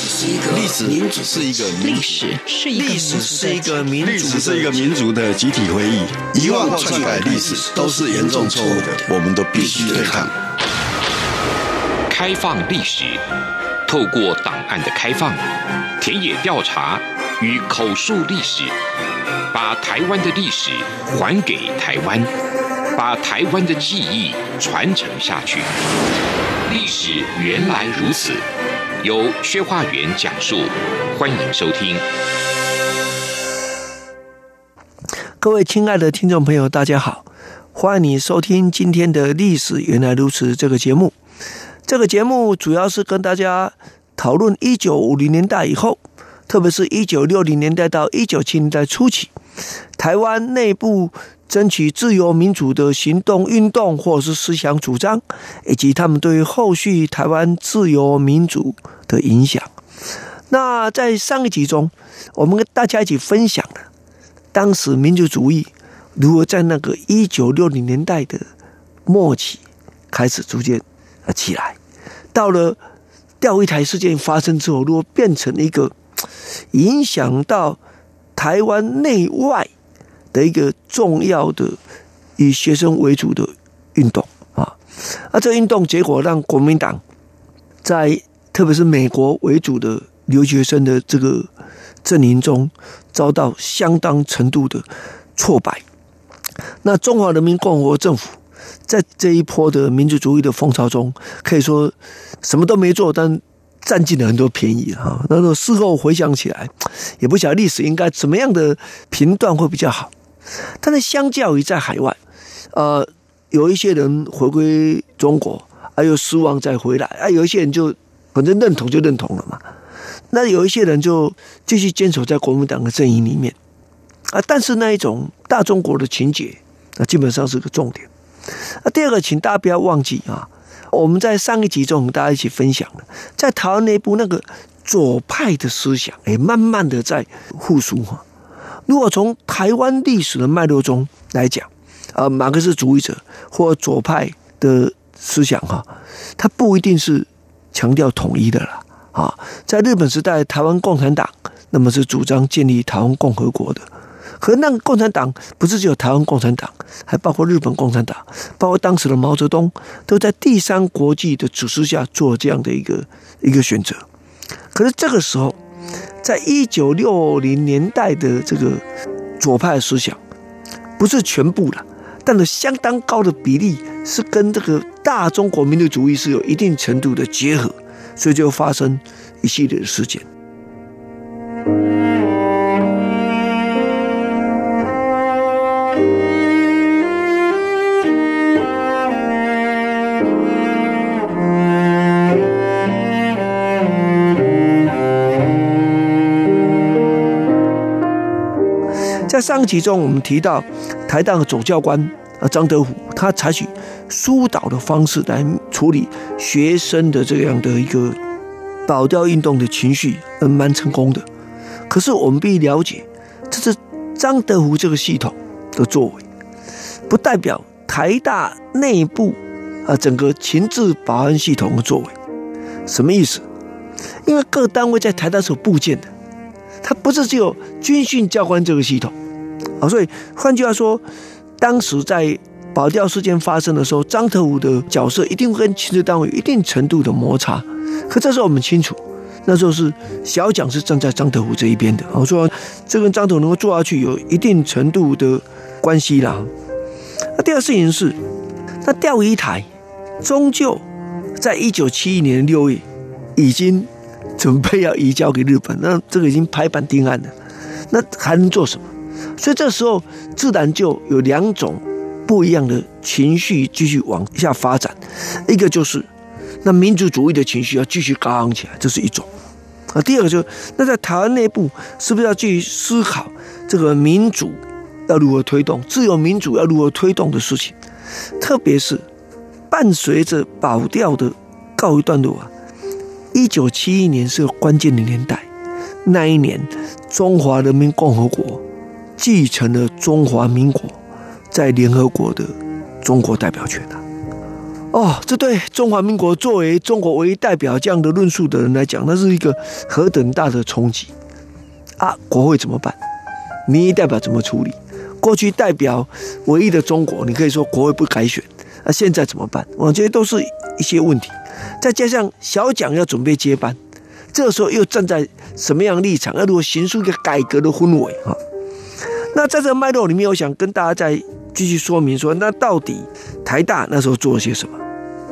史是一个民族的集体回忆，遗忘篡改历史都是严重错误的，我们都必须对抗。 开放历史，透过档案的开放、田野调查与口述历史，把台湾的历史还给台湾，把台湾的记忆传承下去。历史原来如此，由薛化元讲述，欢迎收听。 各位亲爱的听众朋友，大家好，欢迎你收听今天的历史原来如此这个节目。这个节目主要是跟大家讨论1950年代以后，特别是1960年代到1970年代初期，台湾内部争取自由民主的行动运动或者是思想主张，以及他们对后续台湾自由民主的影响。那在上一集中，我们跟大家一起分享了当时民主主义如何在那个1960年代的末期开始逐渐起来，到了钓鱼台事件发生之后，如果变成一个影响到台湾内外的一个重要的以学生为主的运动啊，这运动结果让国民党在特别是美国为主的留学生的这个阵营中遭到相当程度的挫败。那中华人民共和国政府在这一波的民主主义的风潮中，可以说什么都没做，但占尽了很多便宜啊。那事后回想起来，也不晓得历史应该怎么样的评断会比较好。但是相较于在海外，有一些人回归中国，又失望再回来，有一些人就反正认同就认同了嘛。那有一些人就继续坚守在国民党的阵营里面但是那一种大中国的情节基本上是个重点。第二个，请大家不要忘记我们在上一集中大家一起分享了，在台湾内部那个左派的思想慢慢的在复苏。如果从台湾历史的脉络中来讲，马克思主义者或左派的思想它不一定是强调统一的啦。在日本时代，台湾共产党那么是主张建立台湾共和国的，可那个共产党不是只有台湾共产党，还包括日本共产党，包括当时的毛泽东，都在第三国际的指示下做这样的一个选择。可是这个时候，在1960年代的这个左派思想，不是全部了，但是相当高的比例是跟这个大中国民族主义是有一定程度的结合，所以就发生一系列的事件。在上集中，我们提到台大的总教官张德虎，他采取疏导的方式来处理学生的这样的一个保钓运动的情绪，蛮成功的。可是我们必须了解，这是张德虎这个系统的作为，不代表台大内部整个情治保安系统的作为。什么意思？因为各单位在台大是有部件的，它不是只有军训教官这个系统。所以换句话说，当时在保钓事件发生的时候，张德虎的角色一定会跟情治单位有一定程度的摩擦。可这时候我们清楚，那时候是小蒋是站在张德虎这一边的。我说这跟张德虎能够做下去有一定程度的关系啦。第二个事情是，那钓鱼台终究在1971年6月已经准备要移交给日本，那这个已经拍板定案了，那还能做什么？所以这时候自然就有两种不一样的情绪继续往下发展，一个就是那民族主义的情绪要继续高昂起来，这是一种。第二个就是那在台湾内部是不是要继续思考这个民主要如何推动，自由民主要如何推动的事情，特别是伴随着保钓的告一段落1971年是个关键的年代，那一年中华人民共和国继承了中华民国在联合国的中国代表权这对中华民国作为中国唯一代表这样的论述的人来讲，那是一个何等大的冲击啊！国会怎么办？民意代表怎么处理？过去代表唯一的中国，你可以说国会不改选，现在怎么办？我觉得都是一些问题。再加上小蒋要准备接班，这个时候又站在什么样的立场？要如何形塑一个改革的氛围啊？那在这个脉络里面，我想跟大家再继续说明说，那到底台大那时候做了些什么？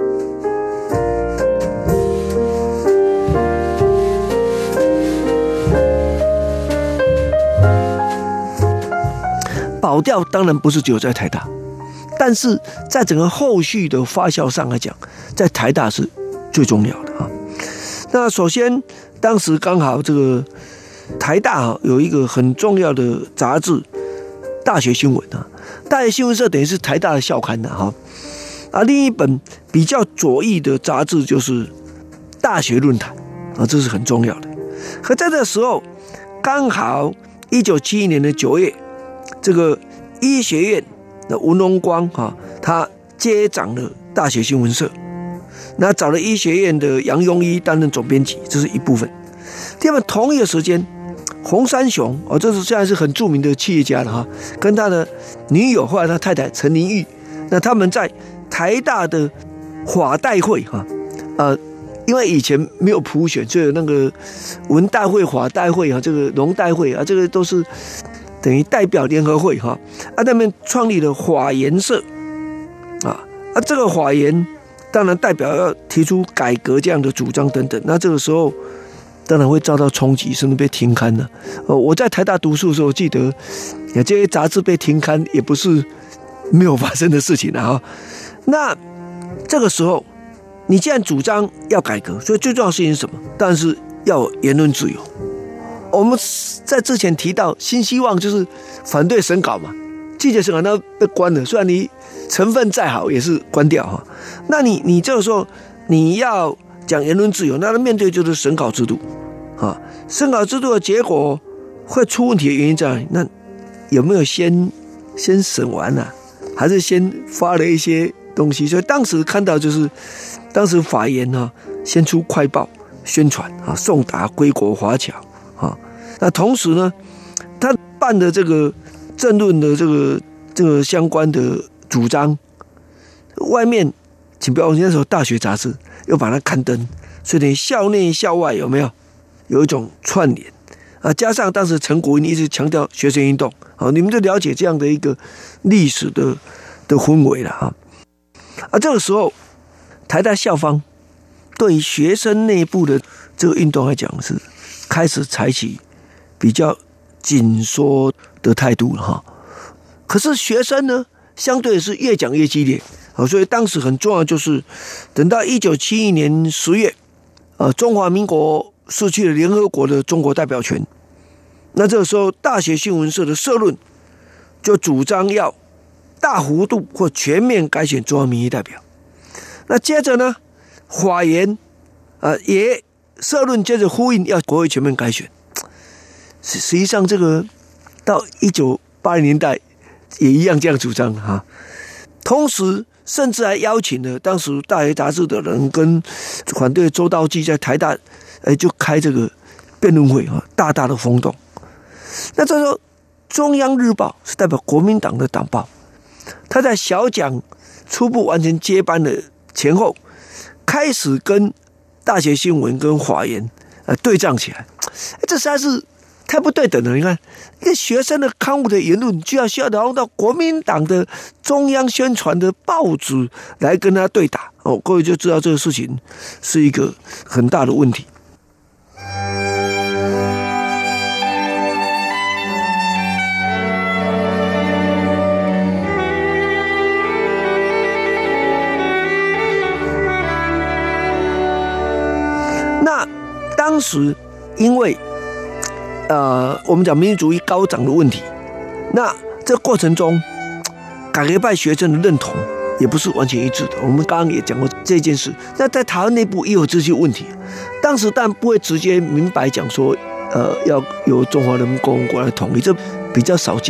保钓当然不是只有在台大，但是在整个后续的发酵上来讲，在台大是最重要的啊。那首先，当时刚好这个台大有一个很重要的杂志《大学新闻》啊，《大学新闻社》等于是台大的校刊的哈。另一本比较左翼的杂志就是《大学论坛》啊，这是很重要的。可在这个时候，刚好1971年的9月。这个医学院的文荣光他接掌了大学新闻社，那找了医学院的杨庸一担任总编辑，这是一部分。第二，同一个时间，洪三雄这是现在是很著名的企业家了跟他的女友，后来他太太陈玲玉，那他们在台大的法代会因为以前没有普选，所以有那个文代会、法代会这个农代会这个都是。等于代表联合会他们创立了法研社这个法研当然代表要提出改革这样的主张等等，那这个时候当然会遭到冲击，甚至被停刊了。我在台大读书的时候，我记得这些杂志被停刊也不是没有发生的事情那这个时候，你既然主张要改革，所以最重要的事情是什么？当然是要有言论自由。我们在之前提到新希望就是反对审稿嘛，记者审稿那被关了，虽然你成分再好也是关掉那你这个时候你要讲言论自由，那面对就是审稿制度审稿制度的结果会出问题的原因在哪里？那有没有先审完还是先发了一些东西？所以当时看到就是当时法研先出快报宣传送达归国华侨那同时呢，他办的这个政论的这个相关的主张，外面请不要忘记那时候大学杂志又把它刊登，所以等于校内校外有没有一种串联加上当时陈国英一直强调学生运动你们就了解这样的一个历史的氛围了这个时候台大校方对于学生内部的这个运动来讲是开始采取比较紧缩的态度了可是学生呢，相对是越讲越激烈所以当时很重要就是等到1971年10月中华民国失去了联合国的中国代表权，那这个时候大学新闻社的社论就主张要大幅度或全面改选中央民意代表。那接着呢，法研也社论接着呼应要国会全面改选。实际上这个到1980年代也一样这样主张同时甚至还邀请了当时大学杂志的人跟反对周道济在台大就开这个辩论会大大的轰动。那这时候中央日报是代表国民党的党报，他在小蒋初步完成接班的前后，开始跟大学新闻跟法研对仗起来。这实在是太不对等了。你看，一个学生的刊物的言论，居然需要拿到国民党的中央宣传的报纸来跟他对打各位就知道这个事情是一个很大的问题。那当时因为我们讲民族主义高涨的问题，那这过程中改革派学生的认同也不是完全一致的。我们刚刚也讲过这件事。那在台湾内部也有这些问题，当时但不会直接明白讲说要由中华人民共和国来统一，这比较少见。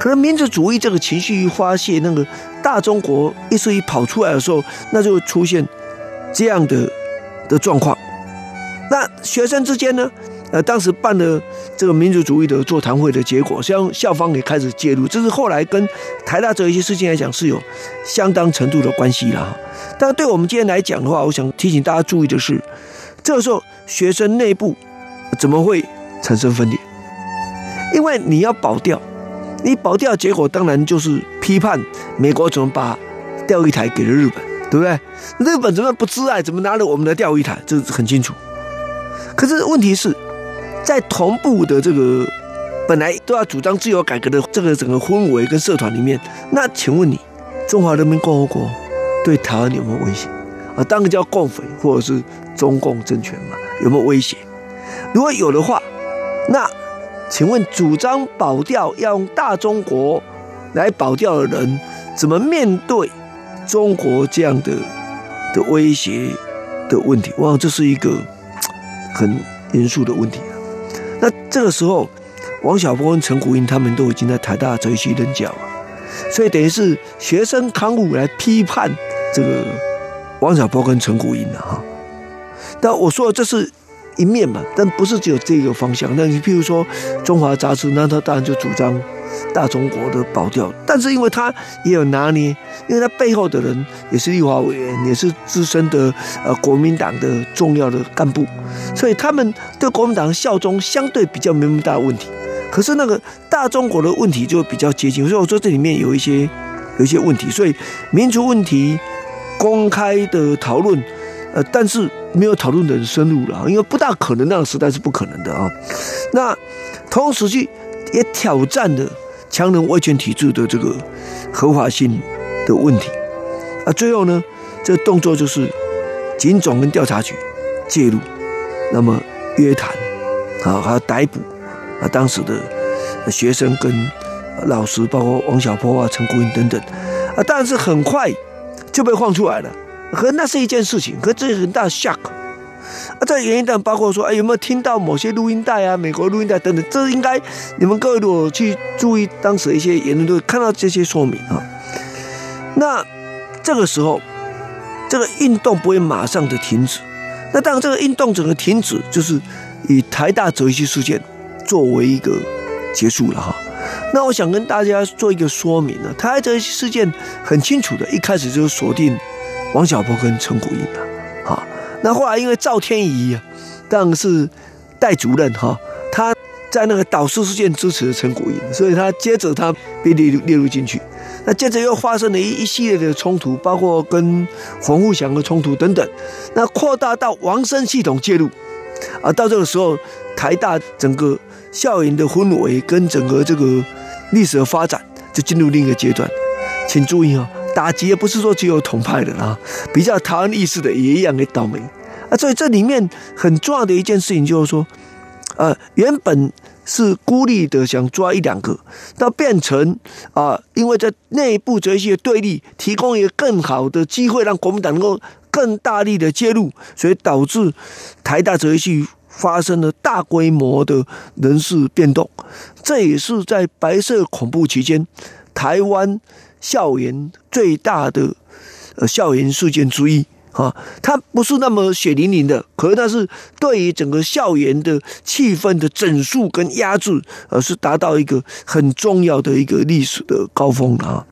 可能民族主义这个情绪一发泄，那个大中国意识一跑出来的时候，那就会出现这样的状况。那学生之间呢，当时办了这个民族主义的座谈会的结果，像校方也开始介入，这是后来跟台大哲学事件来讲是有相当程度的关系啦。但对我们今天来讲的话，我想提醒大家注意的是，这个时候学生内部怎么会产生分裂？因为你要保钓，你保钓结果当然就是批判美国怎么把钓鱼台给了日本，对不对？日本怎么不知爱，怎么拿了我们的钓鱼台，这很清楚。可是问题是，在同步的这个本来都要主张自由改革的这个整个氛围跟社团里面，那请问你，中华人民共和国对台湾有没有威胁？当然叫共匪或者是中共政权嘛，有没有威胁？如果有的话，那请问主张保钓要用大中国来保钓的人，怎么面对中国这样的威胁的问题？哇，这是一个很严肃的问题啊。那这个时候，王小波跟陈谷英他们都已经在台大哲学系任教了，所以等于是学生康复来批判这个王小波跟陈谷英了哈。但我说的这是一面嘛，但不是只有这个方向。那你譬如说中华杂志，那他当然就主张大中国的保钓，但是因为他也有拿捏，因为他背后的人也是立法委员，也是资深的国民党的重要的干部，所以他们对国民党效忠相对比较没那么大的问题。可是那个大中国的问题就比较接近，所以我说这里面有一些问题，所以民族问题公开的讨论，但是没有讨论的很深入了，因为不大可能，那个时代是不可能的啊。那同时去也挑战了强人威权体制的这个合法性的问题啊。最后呢，这个动作就是警总跟调查局介入，那么约谈啊，还有逮捕当时的学生跟老师，包括王小波啊、陈谷英等等当然是很快就被放出来了。可是那是一件事情，可是这是很大的 shock。这原因当然包括说，有没有听到某些录音带啊、美国录音带等等，这应该你们各位如果去注意当时的一些言论，都会看到这些说明啊。那这个时候，这个运动不会马上的停止。那当然，这个运动整个停止，就是以台大哲学系事件作为一个结束了哈。那我想跟大家做一个说明呢，台大哲学系事件很清楚的，一开始就锁定王小波跟陈谷英了。那后来因为赵天仪当然是代主任他在那个导师事件支持了陈谷英，所以他接着他被列入进去。那接着又发生了一系列的冲突，包括跟黄富祥的冲突等等。那扩大到王生系统介入到这个时候，台大整个校园的氛围跟整个这个历史的发展就进入另一个阶段。请注意打击也不是说只有统派的啦，比较台湾意识的也一样给倒霉所以这里面很重要的一件事情就是说，原本是孤立的想抓一两个，到变成因为在内部这些对立，提供一个更好的机会，让国民党能够更大力的介入，所以导致台大哲学系发生了大规模的人事变动。这也是在白色恐怖期间，台湾校园最大的校园事件之一它不是那么血淋淋的，可是它是对于整个校园的气氛的整肃跟压制，是达到一个很重要的一个历史的高峰了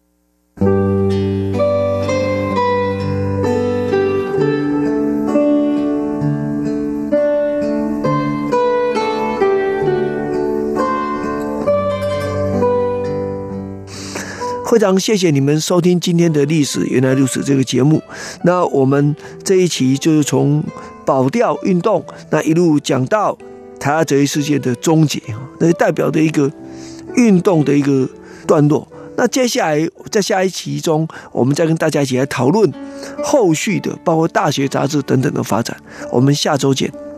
非常谢谢你们收听今天的历史原来如此这个节目。那我们这一期就是从保钓运动那一路讲到台大哲学事件的终结，那代表的一个运动的一个段落。那接下来在下一期中，我们再跟大家一起来讨论后续的包括大学杂志等等的发展。我们下周见。